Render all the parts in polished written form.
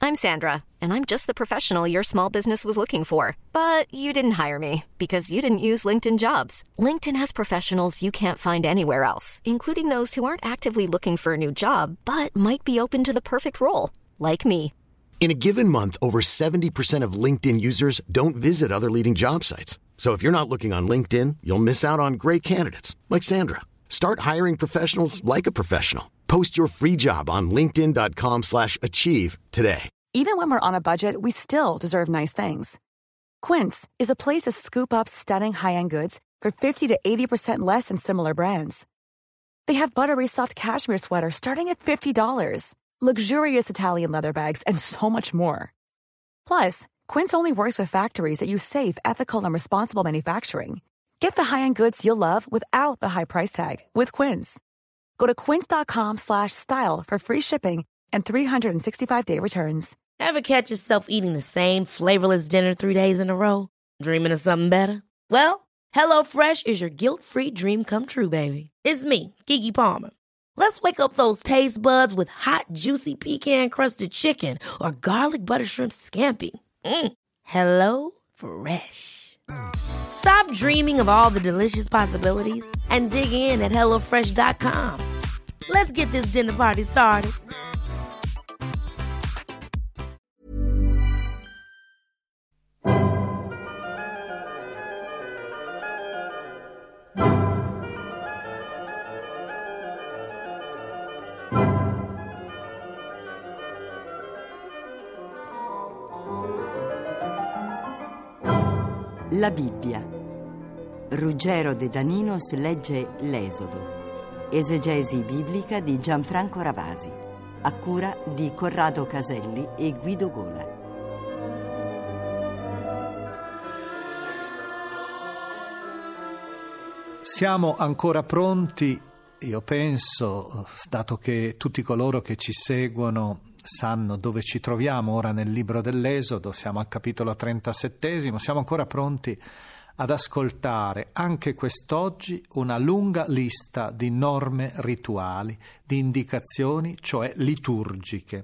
I'm Sandra, and I'm just the professional your small business was looking for. But you didn't hire me because you didn't use LinkedIn Jobs. LinkedIn has professionals you can't find anywhere else, including those who aren't actively looking for a new job, but might be open to the perfect role, like me. In a given month, over 70% of LinkedIn users don't visit other leading job sites. So if you're not looking on LinkedIn, you'll miss out on great candidates like Sandra. Start hiring professionals like a professional. Post your free job on linkedin.com/achieve today. Even when we're on a budget, we still deserve nice things. Quince is a place to scoop up stunning high-end goods for 50 to 80% less than similar brands. They have buttery soft cashmere sweaters starting at $50, luxurious Italian leather bags, and so much more. Plus, Quince only works with factories that use safe, ethical, and responsible manufacturing. Get the high-end goods you'll love without the high price tag with Quince. Go to quince.com/style for free shipping and 365-day returns. Ever catch yourself eating the same flavorless dinner 3 days in a row? Dreaming of something better? Well, HelloFresh is your guilt-free dream come true, baby. It's me, Keke Palmer. Let's wake up those taste buds with hot, juicy pecan-crusted chicken or garlic butter shrimp scampi. Hello Fresh. Stop dreaming of all the delicious possibilities and dig in at HelloFresh.com. Let's get this dinner party started. La Bibbia. Ruggero De Daninos legge L'Esodo. Esegesi biblica di Gianfranco Ravasi. A cura di Corrado Caselli e Guido Gola. Siamo ancora pronti, io penso, dato che tutti coloro che ci seguono sanno dove ci troviamo ora nel libro dell'Esodo, siamo al capitolo 37, siamo ancora pronti ad ascoltare anche quest'oggi una lunga lista di norme rituali, di indicazioni, cioè liturgiche.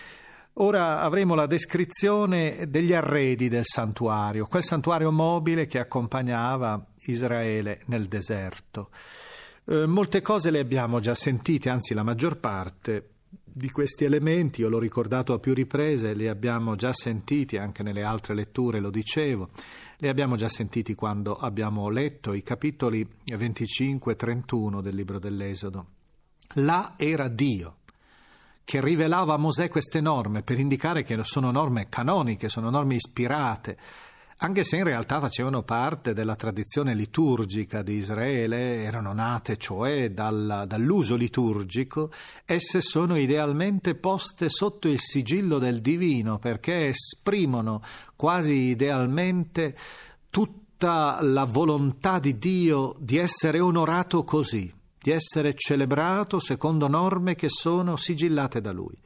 Ora avremo la descrizione degli arredi del santuario, quel santuario mobile che accompagnava Israele nel deserto. Molte cose le abbiamo già sentite, anzi la maggior parte di questi elementi, io l'ho ricordato a più riprese, li abbiamo già sentiti anche nelle altre letture, lo dicevo, li abbiamo già sentiti quando abbiamo letto i capitoli 25 e 31 del libro dell'Esodo. Là era Dio che rivelava a Mosè queste norme per indicare che sono norme canoniche, sono norme ispirate, anche se in realtà facevano parte della tradizione liturgica di Israele, erano nate cioè dall'uso liturgico, esse sono idealmente poste sotto il sigillo del divino perché esprimono quasi idealmente tutta la volontà di Dio di essere onorato così, di essere celebrato secondo norme che sono sigillate da Lui.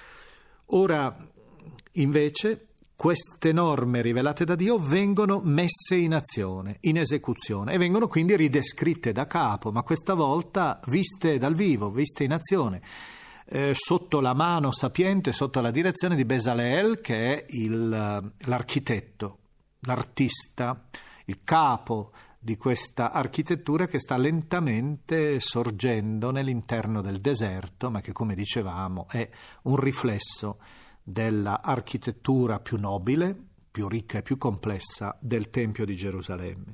Ora, invece, queste norme rivelate da Dio vengono messe in azione, in esecuzione, e vengono quindi ridescritte da capo, ma questa volta viste dal vivo, viste in azione, sotto la mano sapiente, sotto la direzione di Besaleel, che è l'architetto, l'artista, il capo di questa architettura che sta lentamente sorgendo nell'interno del deserto, ma che, come dicevamo, è un riflesso della architettura più nobile, più ricca e più complessa del Tempio di Gerusalemme.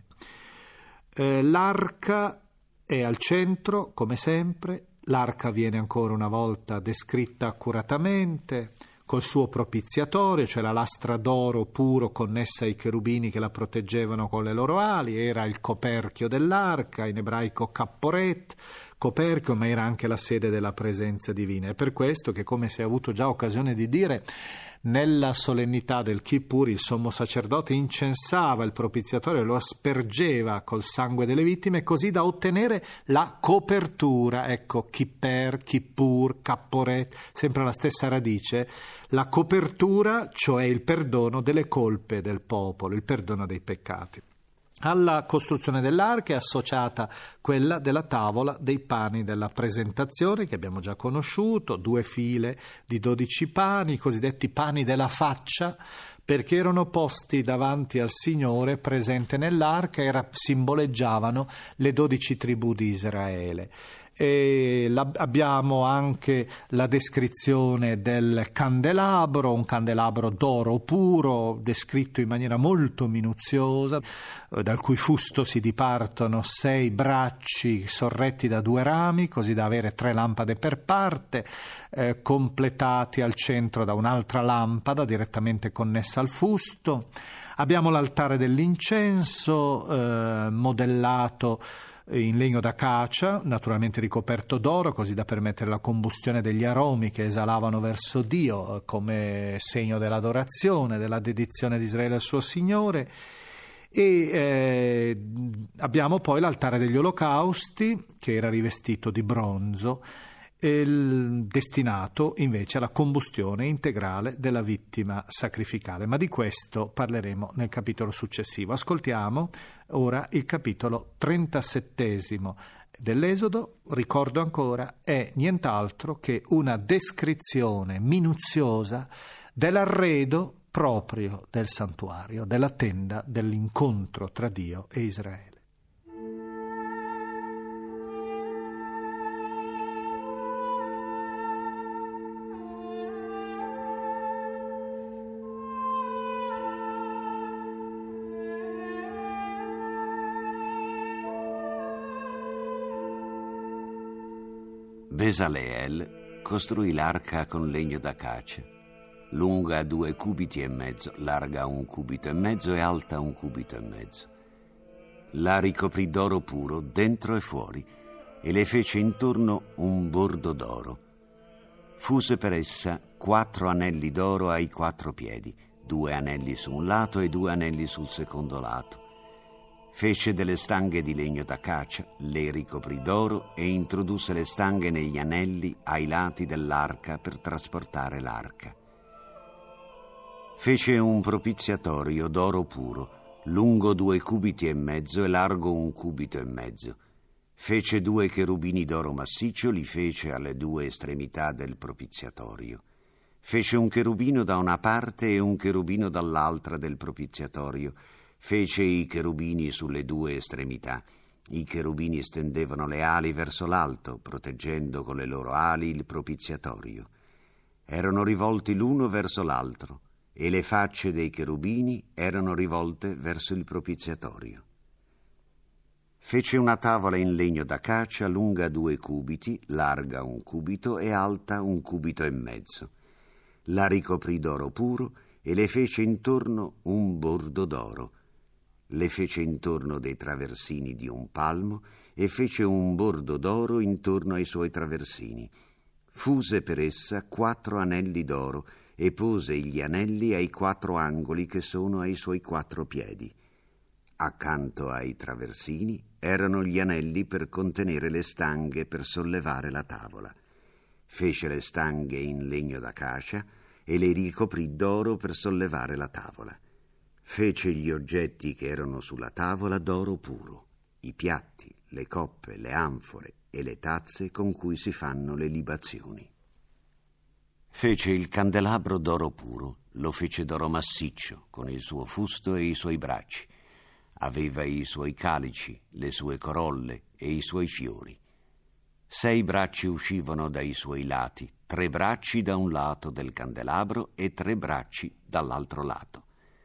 L'arca è al centro, come sempre. L'arca viene ancora una volta descritta accuratamente, col suo propiziatorio, cioè la lastra d'oro puro connessa ai cherubini che la proteggevano con le loro ali, era il coperchio dell'arca, in ebraico capporet, coperchio, ma era anche la sede della presenza divina. È per questo che, come si è avuto già occasione di dire, nella solennità del Kippur il sommo sacerdote incensava il propiziatorio e lo aspergeva col sangue delle vittime così da ottenere la copertura. Ecco, Kipper, Kippur, Capporet, sempre la stessa radice, la copertura, cioè il perdono delle colpe del popolo, il perdono dei peccati. Alla costruzione dell'arca è associata quella della tavola dei pani della presentazione, che abbiamo già conosciuto, 2 file di 12 pani, i cosiddetti pani della faccia, perché erano posti davanti al Signore presente nell'arca e simboleggiavano le 12 tribù di Israele. E abbiamo anche la descrizione del candelabro, un candelabro d'oro puro, descritto in maniera molto minuziosa, dal cui fusto si dipartono 6 bracci sorretti da 2 rami, così da avere 3 lampade per parte, completati al centro da un'altra lampada direttamente connessa al fusto. Abbiamo l'altare dell'incenso, modellato in legno d'acacia, naturalmente ricoperto d'oro, così da permettere la combustione degli aromi che esalavano verso Dio come segno dell'adorazione, della dedizione di Israele al suo Signore. E abbiamo poi l'altare degli olocausti, che era rivestito di bronzo, destinato invece alla combustione integrale della vittima sacrificale, ma di questo parleremo nel capitolo successivo. Ascoltiamo ora il capitolo 37 dell'Esodo. Ricordo ancora, è nient'altro che una descrizione minuziosa dell'arredo proprio del santuario, della tenda dell'incontro tra Dio e Israele. Besaleel costruì l'arca con legno d'acacia, lunga 2 cubiti e mezzo, larga 1 cubito e mezzo e alta 1 cubito e mezzo. La ricoprì d'oro puro dentro e fuori e le fece intorno un bordo d'oro. Fuse per essa 4 anelli d'oro ai 4 piedi, 2 anelli su un lato e 2 anelli sul secondo lato. Fece delle stanghe di legno d'acacia, le ricoprì d'oro e introdusse le stanghe negli anelli ai lati dell'arca per trasportare l'arca. Fece un propiziatorio d'oro puro, lungo 2 cubiti e mezzo e largo 1 cubito e mezzo. Fece 2 cherubini d'oro massiccio, li fece alle 2 estremità del propiziatorio. Fece un cherubino da una parte e un cherubino dall'altra del propiziatorio. Fece i cherubini sulle 2 estremità. I cherubini stendevano le ali verso l'alto, proteggendo con le loro ali il propiziatorio. Erano rivolti l'uno verso l'altro, e le facce dei cherubini erano rivolte verso il propiziatorio. Fece una tavola in legno d'acacia lunga 2 cubiti, larga 1 cubito e alta 1 cubito e mezzo. La ricoprì d'oro puro e le fece intorno un bordo d'oro. Le fece intorno dei traversini di 1 palmo e fece un bordo d'oro intorno ai suoi traversini. Fuse per essa 4 anelli d'oro e pose gli anelli ai 4 angoli che sono ai suoi 4 piedi. Accanto ai traversini erano gli anelli per contenere le stanghe per sollevare la tavola. Fece le stanghe in legno d'acacia e le ricoprì d'oro per sollevare la tavola. Fece gli oggetti che erano sulla tavola d'oro puro, i piatti, le coppe, le anfore e le tazze con cui si fanno le libazioni. Fece il candelabro d'oro puro, lo fece d'oro massiccio, con il suo fusto e i suoi bracci. Aveva i suoi calici, le sue corolle e i suoi fiori. 6 bracci uscivano dai suoi lati, 3 bracci da un lato del candelabro e 3 bracci dall'altro lato.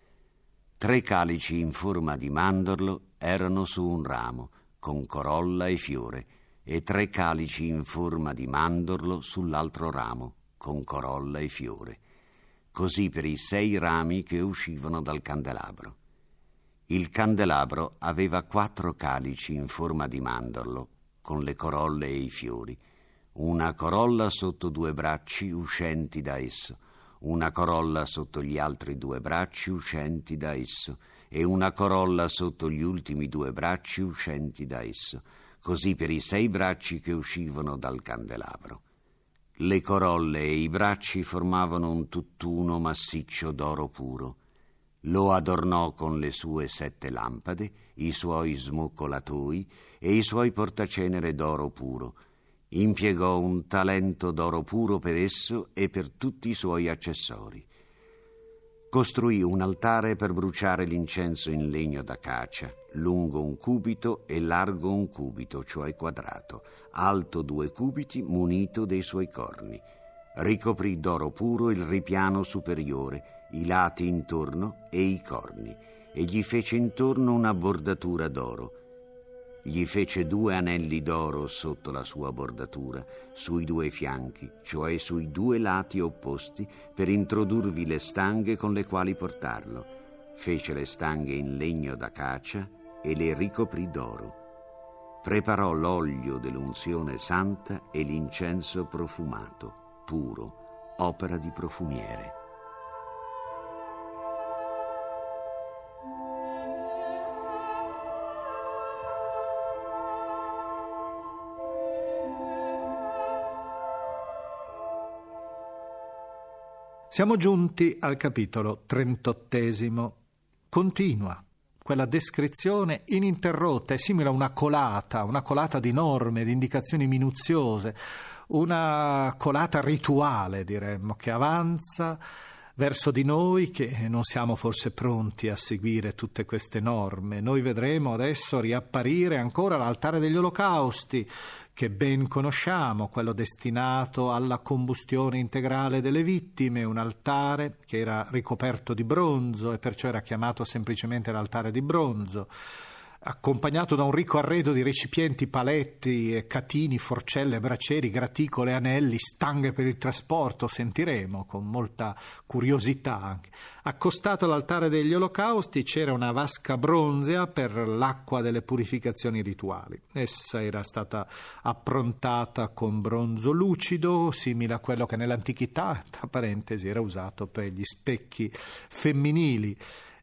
3 calici in forma di mandorlo erano su un ramo, con corolla e fiore, e 3 calici in forma di mandorlo sull'altro ramo, con corolla e fiore. Così per i 6 rami che uscivano dal candelabro. Il candelabro aveva 4 calici in forma di mandorlo, con le corolle e i fiori, una corolla sotto 2 bracci uscenti da esso, una corolla sotto gli altri 2 bracci uscenti da esso e una corolla sotto gli ultimi 2 bracci uscenti da esso, così per i 6 bracci che uscivano dal candelabro. Le corolle e i bracci formavano un tutt'uno massiccio d'oro puro. Lo adornò con le sue 7 lampade, i suoi smoccolatoi e i suoi portacenere d'oro puro. Impiegò un talento d'oro puro per esso e per tutti i suoi accessori. Costruì un altare per bruciare l'incenso in legno d'acacia, lungo 1 cubito e largo 1 cubito, cioè quadrato, alto 2 cubiti, munito dei suoi corni. Ricoprì d'oro puro il ripiano superiore, i lati intorno e i corni, e gli fece intorno una bordatura d'oro. Gli fece 2 anelli d'oro sotto la sua bordatura, sui 2 fianchi, cioè sui 2 lati opposti, per introdurvi le stanghe con le quali portarlo. Fece le stanghe in legno d'acacia e le ricoprì d'oro. Preparò l'olio dell'unzione santa e l'incenso profumato, puro, opera di profumiere. Siamo giunti al capitolo 38. Continua quella descrizione ininterrotta, è simile a una colata di norme, di indicazioni minuziose, una colata rituale, diremmo, che avanza verso di noi che non siamo forse pronti a seguire tutte queste norme. Noi vedremo adesso riapparire ancora l'altare degli olocausti, che ben conosciamo, quello destinato alla combustione integrale delle vittime, un altare che era ricoperto di bronzo e perciò era chiamato semplicemente l'altare di bronzo, accompagnato da un ricco arredo di recipienti, paletti, catini, forcelle, bracieri, graticole, anelli, stanghe per il trasporto, sentiremo con molta curiosità anche. Accostato all'altare degli olocausti c'era una vasca bronzea per l'acqua delle purificazioni rituali. Essa era stata approntata con bronzo lucido, simile a quello che nell'antichità, tra parentesi, era usato per gli specchi femminili.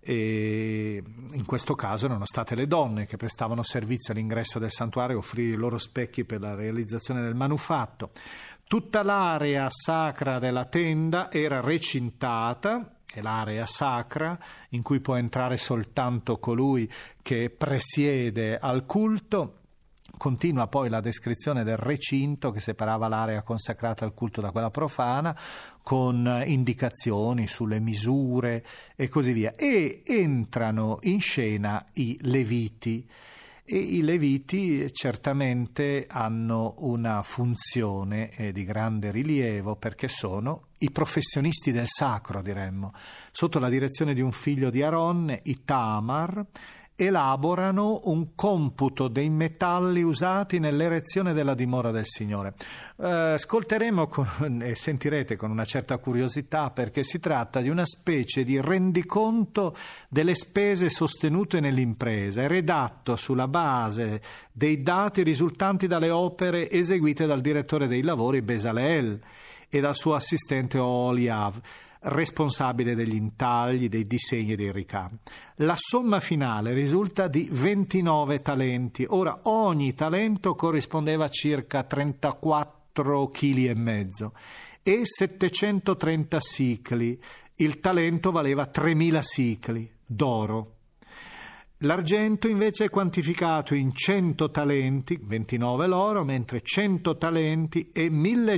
E in questo caso erano state le donne che prestavano servizio all'ingresso del santuario a offrire i loro specchi per la realizzazione del manufatto. Tutta l'area sacra della tenda era recintata, è l'area sacra in cui può entrare soltanto colui che presiede al culto. Continua poi la descrizione del recinto che separava l'area consacrata al culto da quella profana, con indicazioni sulle misure e così via. E entrano in scena i Leviti. E i Leviti certamente hanno una funzione di grande rilievo, perché sono i professionisti del sacro, diremmo. Sotto la direzione di un figlio di Aronne, Itamar, elaborano un computo dei metalli usati nell'erezione della dimora del Signore. Ascolteremo e sentirete con una certa curiosità, perché si tratta di una specie di rendiconto delle spese sostenute nell'impresa, redatto sulla base dei dati risultanti dalle opere eseguite dal direttore dei lavori Besaleel e dal suo assistente Oliav, responsabile degli intagli, dei disegni e dei ricami. La somma finale risulta di 29 talenti. Ora, ogni talento corrispondeva a circa 34,5 kg e 730 sicli. Il talento valeva 3.000 sicli d'oro. L'argento invece è quantificato in 100 talenti, 29 l'oro, mentre 100 talenti e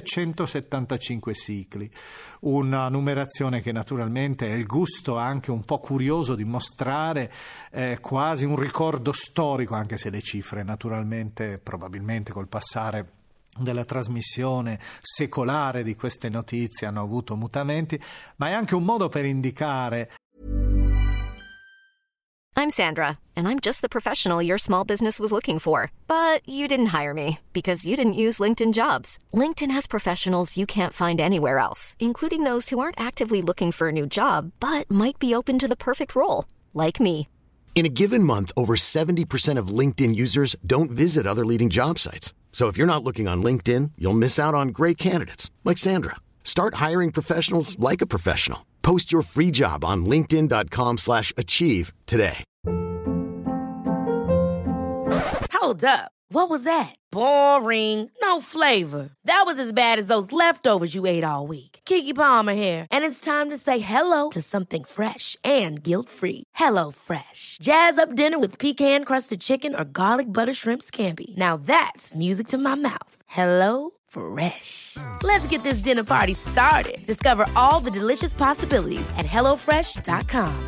1175 sicli. Una numerazione che naturalmente è il gusto anche un po' curioso di mostrare quasi un ricordo storico, anche se le cifre naturalmente, probabilmente col passare della trasmissione secolare di queste notizie hanno avuto mutamenti, ma è anche un modo per indicare. I'm Sandra, and I'm just the professional your small business was looking for. But you didn't hire me because you didn't use LinkedIn Jobs. LinkedIn has professionals you can't find anywhere else, including those who aren't actively looking for a new job, but might be open to the perfect role, like me. In a given month, over 70% of LinkedIn users don't visit other leading job sites. So if you're not looking on LinkedIn, you'll miss out on great candidates like Sandra. Start hiring professionals like a professional. Post your free job on linkedin.com/achieve today. Hold up. What was that? Boring. No flavor. That was as bad as those leftovers you ate all week. Keke Palmer here, and it's time to say hello to something fresh and guilt-free. Hello Fresh. Jazz up dinner with pecan-crusted chicken or garlic butter shrimp scampi. Now that's music to my mouth. Hello Fresh. Let's get this dinner party started. Discover all the delicious possibilities at hellofresh.com.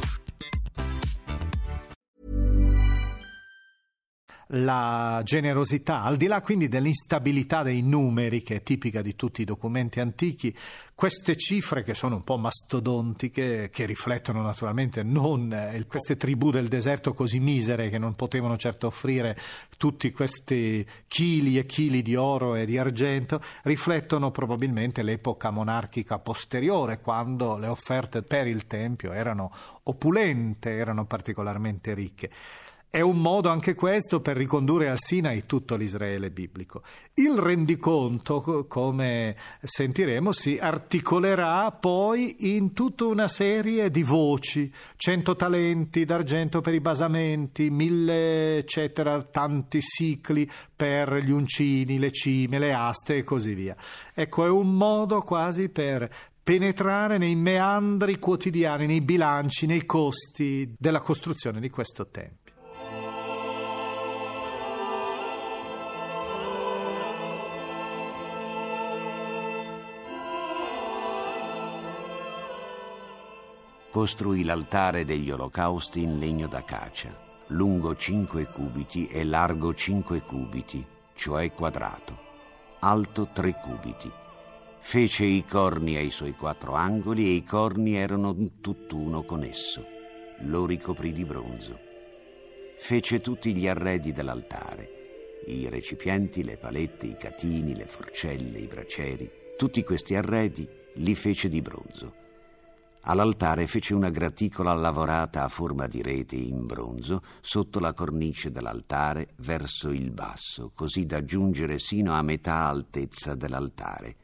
La generosità, al di là quindi dell'instabilità dei numeri che è tipica di tutti i documenti antichi, queste cifre che sono un po' mastodontiche, che riflettono naturalmente non queste tribù del deserto così misere che non potevano certo offrire tutti questi chili e chili di oro e di argento, riflettono probabilmente l'epoca monarchica posteriore, quando le offerte per il Tempio erano opulente, erano particolarmente ricche. È un modo anche questo per ricondurre al Sinai tutto l'Israele biblico. Il rendiconto, come sentiremo, si articolerà poi in tutta una serie di voci: 100 talenti d'argento per i basamenti, 1000 eccetera, tanti sicli per gli uncini, le cime, le aste e così via. Ecco, è un modo quasi per penetrare nei meandri quotidiani, nei bilanci, nei costi della costruzione di questo tempio. Costruì l'altare degli olocausti in legno d'acacia, lungo 5 cubiti e largo 5 cubiti, cioè quadrato, alto 3 cubiti. Fece i corni ai suoi 4 angoli e i corni erano tutt'uno con esso. Lo ricoprì di bronzo. Fece tutti gli arredi dell'altare, i recipienti, le palette, i catini, le forcelle, i bracieri. Tutti questi arredi li fece di bronzo. All'altare fece una graticola lavorata a forma di rete in bronzo sotto la cornice dell'altare verso il basso, così da giungere sino a metà altezza dell'altare.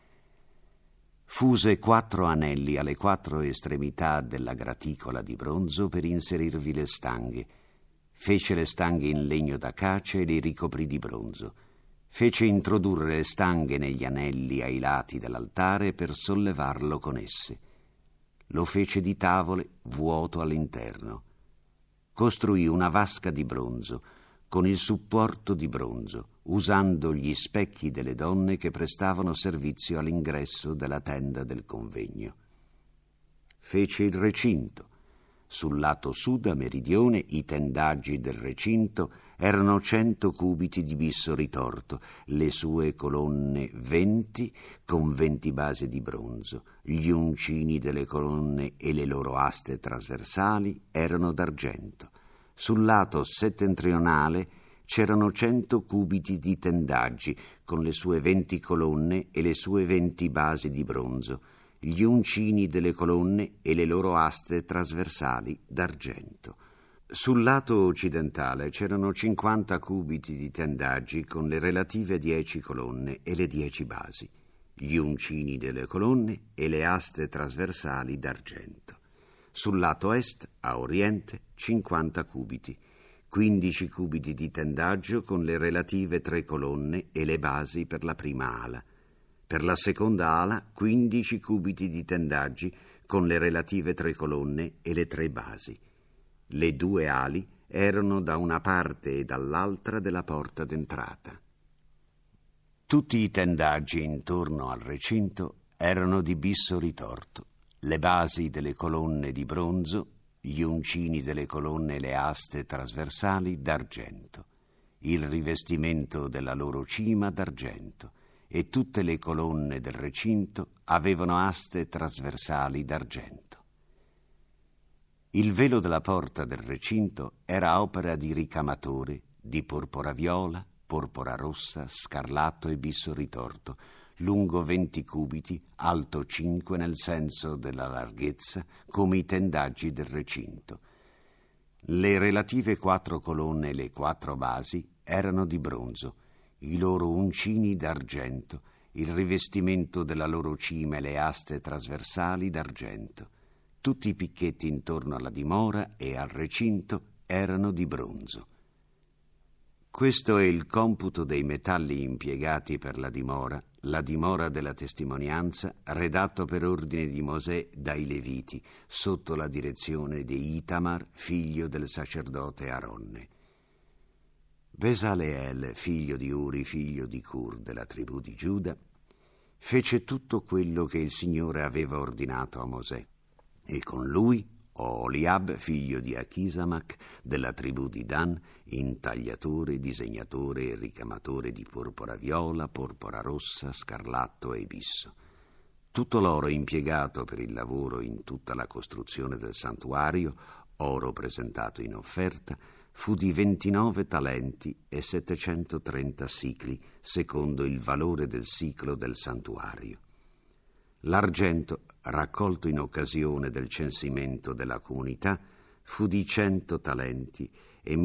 Fuse 4 anelli alle 4 estremità della graticola di bronzo per inserirvi le stanghe. Fece le stanghe in legno d'acacia e le ricoprì di bronzo. Fece introdurre le stanghe negli anelli ai lati dell'altare per sollevarlo con esse. Lo fece di tavole vuoto all'interno. Costruì una vasca di bronzo con il supporto di bronzo, usando gli specchi delle donne che prestavano servizio all'ingresso della tenda del convegno. Fece il recinto. Sul lato sud a meridione i tendaggi del recinto erano 100 cubiti di bisso ritorto, le sue colonne 20 con 20 basi di bronzo, gli uncini delle colonne e le loro aste trasversali erano d'argento. Sul lato settentrionale c'erano 100 cubiti di tendaggi con le sue 20 colonne e le sue 20 basi di bronzo, gli uncini delle colonne e le loro aste trasversali d'argento. Sul lato occidentale c'erano 50 cubiti di tendaggi con le relative 10 colonne e le 10 basi, gli uncini delle colonne e le aste trasversali d'argento. Sul lato est, a oriente, 50 cubiti, 15 cubiti di tendaggio con le relative 3 colonne e le basi per la prima ala. Per la seconda ala 15 cubiti di tendaggi con le relative 3 colonne e le 3 basi. Le 2 ali erano da una parte e dall'altra della porta d'entrata. Tutti i tendaggi intorno al recinto erano di bisso ritorto, le basi delle colonne di bronzo, gli uncini delle colonne e le aste trasversali d'argento, il rivestimento della loro cima d'argento, e tutte le colonne del recinto avevano aste trasversali d'argento. Il velo della porta del recinto era opera di ricamatore di porpora viola, porpora rossa, scarlatto e bisso ritorto, lungo 20 cubiti, alto 5 nel senso della larghezza, come i tendaggi del recinto. Le relative 4 colonne e le 4 basi erano di bronzo, i loro uncini d'argento, il rivestimento della loro cima e le aste trasversali d'argento. Tutti i picchetti intorno alla dimora e al recinto erano di bronzo. Questo è il computo dei metalli impiegati per la dimora della testimonianza, redatto per ordine di Mosè dai Leviti, sotto la direzione di Itamar, figlio del sacerdote Aronne. Besaleel, figlio di Uri, figlio di Cur, della tribù di Giuda, fece tutto quello che il Signore aveva ordinato a Mosè, e con lui Oholiab, figlio di Achisamach, della tribù di Dan, intagliatore, disegnatore e ricamatore di porpora viola, porpora rossa, scarlatto e bisso. Tutto l'oro impiegato per il lavoro in tutta la costruzione del santuario, oro presentato in offerta, fu di 29 talenti e 730 sicli, secondo il valore del siclo del santuario. L'argento, raccolto in occasione del censimento della comunità, fu di 100 talenti e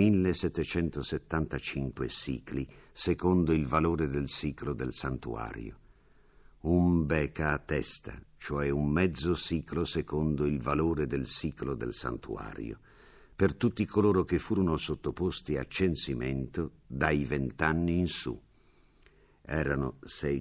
1775 sicli, secondo il valore del siclo del santuario. Un beca a testa, cioè un mezzo siclo secondo il valore del siclo del santuario, per tutti coloro che furono sottoposti a censimento dai 20 anni in su. Erano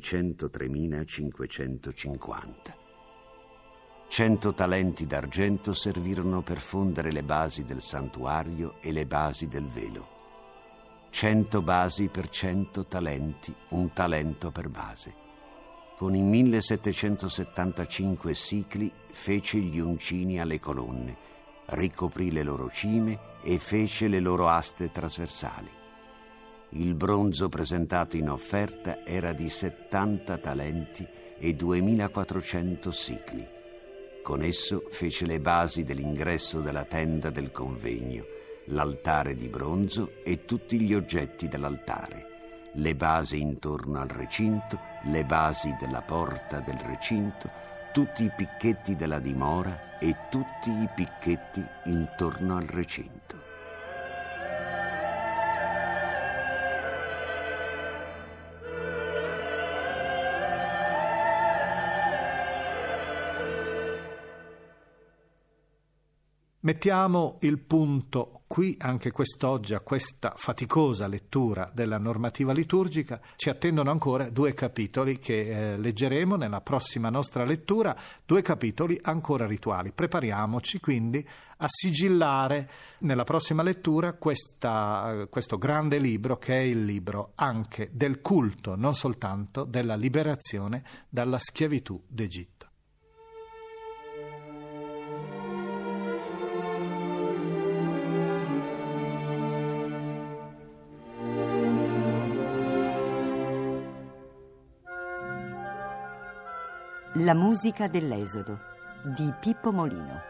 603.550. 100 talenti d'argento servirono per fondere le basi del santuario e le basi del velo. 100 basi per 100 talenti, un talento per base. Con i 1775 sicli fece gli uncini alle colonne, ricoprì le loro cime e fece le loro aste trasversali. Il bronzo presentato in offerta era di 70 talenti e 2400 sicli. Con esso fece le basi dell'ingresso della tenda del convegno, l'altare di bronzo e tutti gli oggetti dell'altare, le basi intorno al recinto, le basi della porta del recinto, tutti i picchetti della dimora e tutti i picchetti intorno al recinto. Mettiamo il punto qui, anche quest'oggi, a questa faticosa lettura della normativa liturgica. Ci attendono ancora 2 capitoli che leggeremo nella prossima nostra lettura, 2 capitoli ancora rituali. Prepariamoci quindi a sigillare nella prossima lettura questo grande libro, che è il libro anche del culto, non soltanto della liberazione dalla schiavitù d'Egitto. La musica dell'Esodo di Pippo Molino.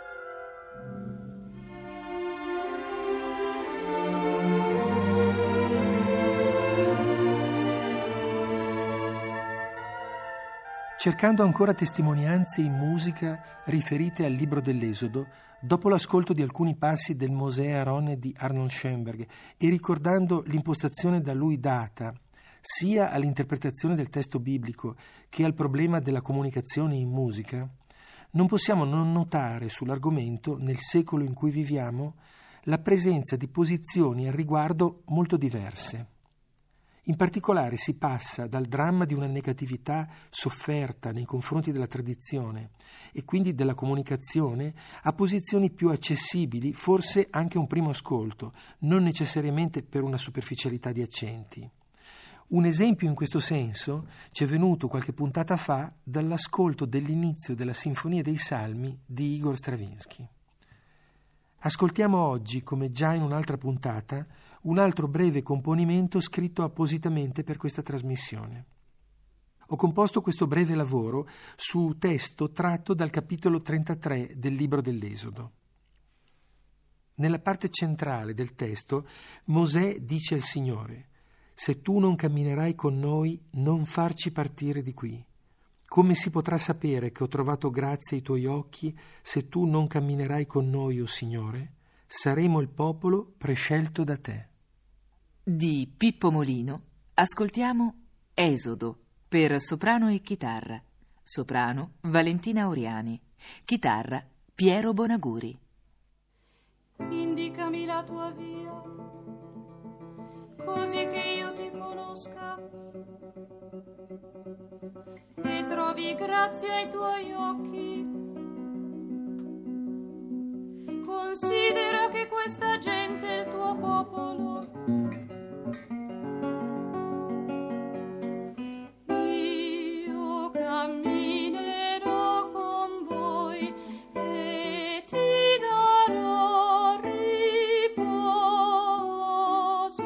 Cercando ancora testimonianze in musica riferite al libro dell'Esodo, dopo l'ascolto di alcuni passi del Mosè Aronne di Arnold Schoenberg e ricordando l'impostazione da lui data sia all'interpretazione del testo biblico che al problema della comunicazione in musica, non possiamo non notare sull'argomento, nel secolo in cui viviamo, la presenza di posizioni al riguardo molto diverse. In particolare si passa dal dramma di una negatività sofferta nei confronti della tradizione e quindi della comunicazione a posizioni più accessibili, forse anche a un primo ascolto, non necessariamente per una superficialità di accenti. Un esempio in questo senso ci è venuto qualche puntata fa dall'ascolto dell'inizio della Sinfonia dei Salmi di Igor Stravinsky. Ascoltiamo oggi, come già in un'altra puntata, un altro breve componimento scritto appositamente per questa trasmissione. Ho composto questo breve lavoro su testo tratto dal capitolo 33 del libro dell'Esodo. Nella parte centrale del testo, Mosè dice al Signore: «Se tu non camminerai con noi, non farci partire di qui. Come si potrà sapere che ho trovato grazia ai tuoi occhi se tu non camminerai con noi, o Signore? Saremo il popolo prescelto da te». Di Pippo Molino ascoltiamo Esodo per soprano e chitarra. Soprano Valentina Oriani. Chitarra Piero Bonaguri. Indicami la tua via così che io ti conosca e trovi grazia ai tuoi occhi. Considera che questa gente è il tuo popolo. Io camminerò con voi e ti darò riposo.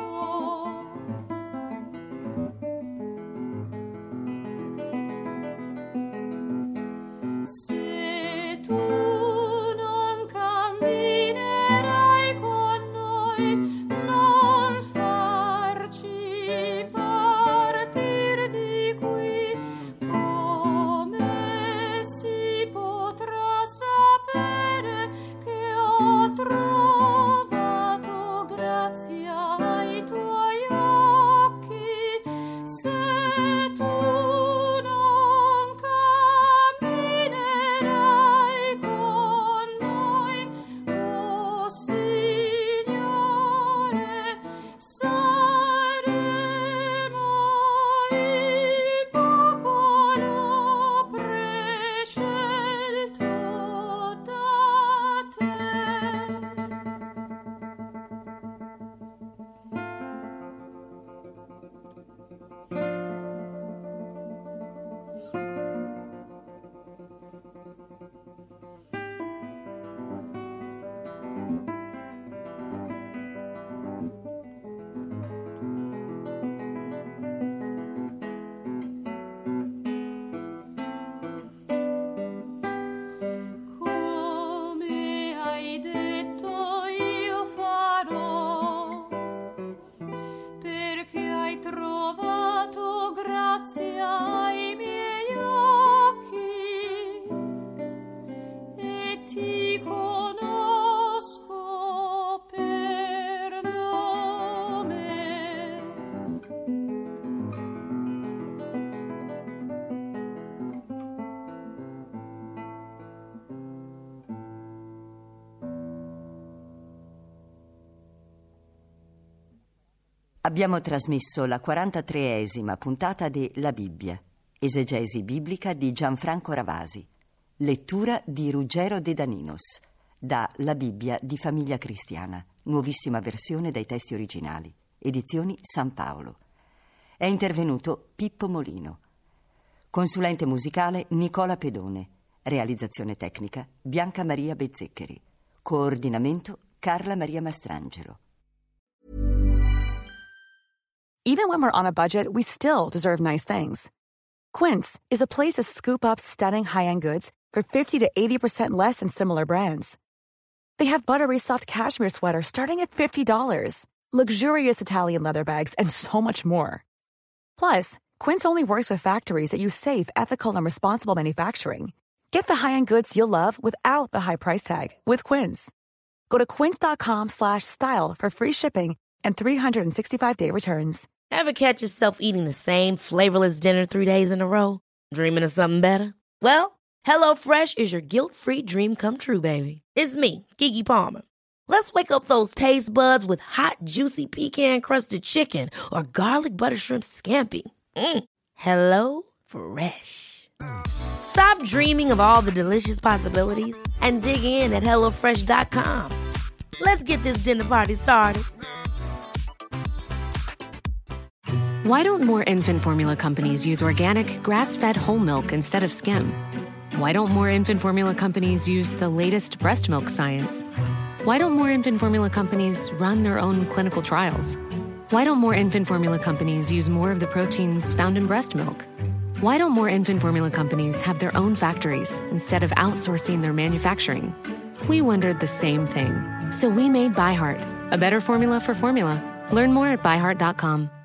Se tu non camminerai con noi, non farci partir di qui. Come si potrà sapere che ho trovato grazia ai tuoi occhi, se tu non camminerai con noi, oh Signore, saremo il popolo prescelto da te. Come hai detto io farò, perché hai trovato grazia ai miei occhi e ti conosco per nome. Abbiamo trasmesso la 43esima puntata di La Bibbia, esegesi biblica di Gianfranco Ravasi, lettura di Ruggero De Daninos, da La Bibbia di Famiglia Cristiana, nuovissima versione dai testi originali, edizioni San Paolo. È intervenuto Pippo Molino. Consulente musicale Nicola Pedone. Realizzazione tecnica Bianca Maria Bezzeccheri. Coordinamento Carla Maria Mastrangelo. Even when we're on a budget, we still deserve nice things. Quince is a place to scoop up stunning high-end goods for 50 to 80% less than similar brands. They have buttery soft cashmere sweaters starting at $50, luxurious Italian leather bags, and so much more. Plus, Quince only works with factories that use safe, ethical, and responsible manufacturing. Get the high-end goods you'll love without the high price tag with Quince. Go to quince.com/style for free shipping and 365-day returns. Ever catch yourself eating the same flavorless dinner 3 days in a row? Dreaming of something better? Well, HelloFresh is your guilt-free dream come true, baby. It's me, Keke Palmer. Let's wake up those taste buds with hot, juicy pecan-crusted chicken or garlic butter shrimp scampi. Hello Fresh. Stop dreaming of all the delicious possibilities and dig in at HelloFresh.com. Let's get this dinner party started. Why don't more infant formula companies use organic, grass-fed whole milk instead of skim? Why don't more infant formula companies use the latest breast milk science? Why don't more infant formula companies run their own clinical trials? Why don't more infant formula companies use more of the proteins found in breast milk? Why don't more infant formula companies have their own factories instead of outsourcing their manufacturing? We wondered the same thing. So we made ByHeart, a better formula for formula. Learn more at byheart.com.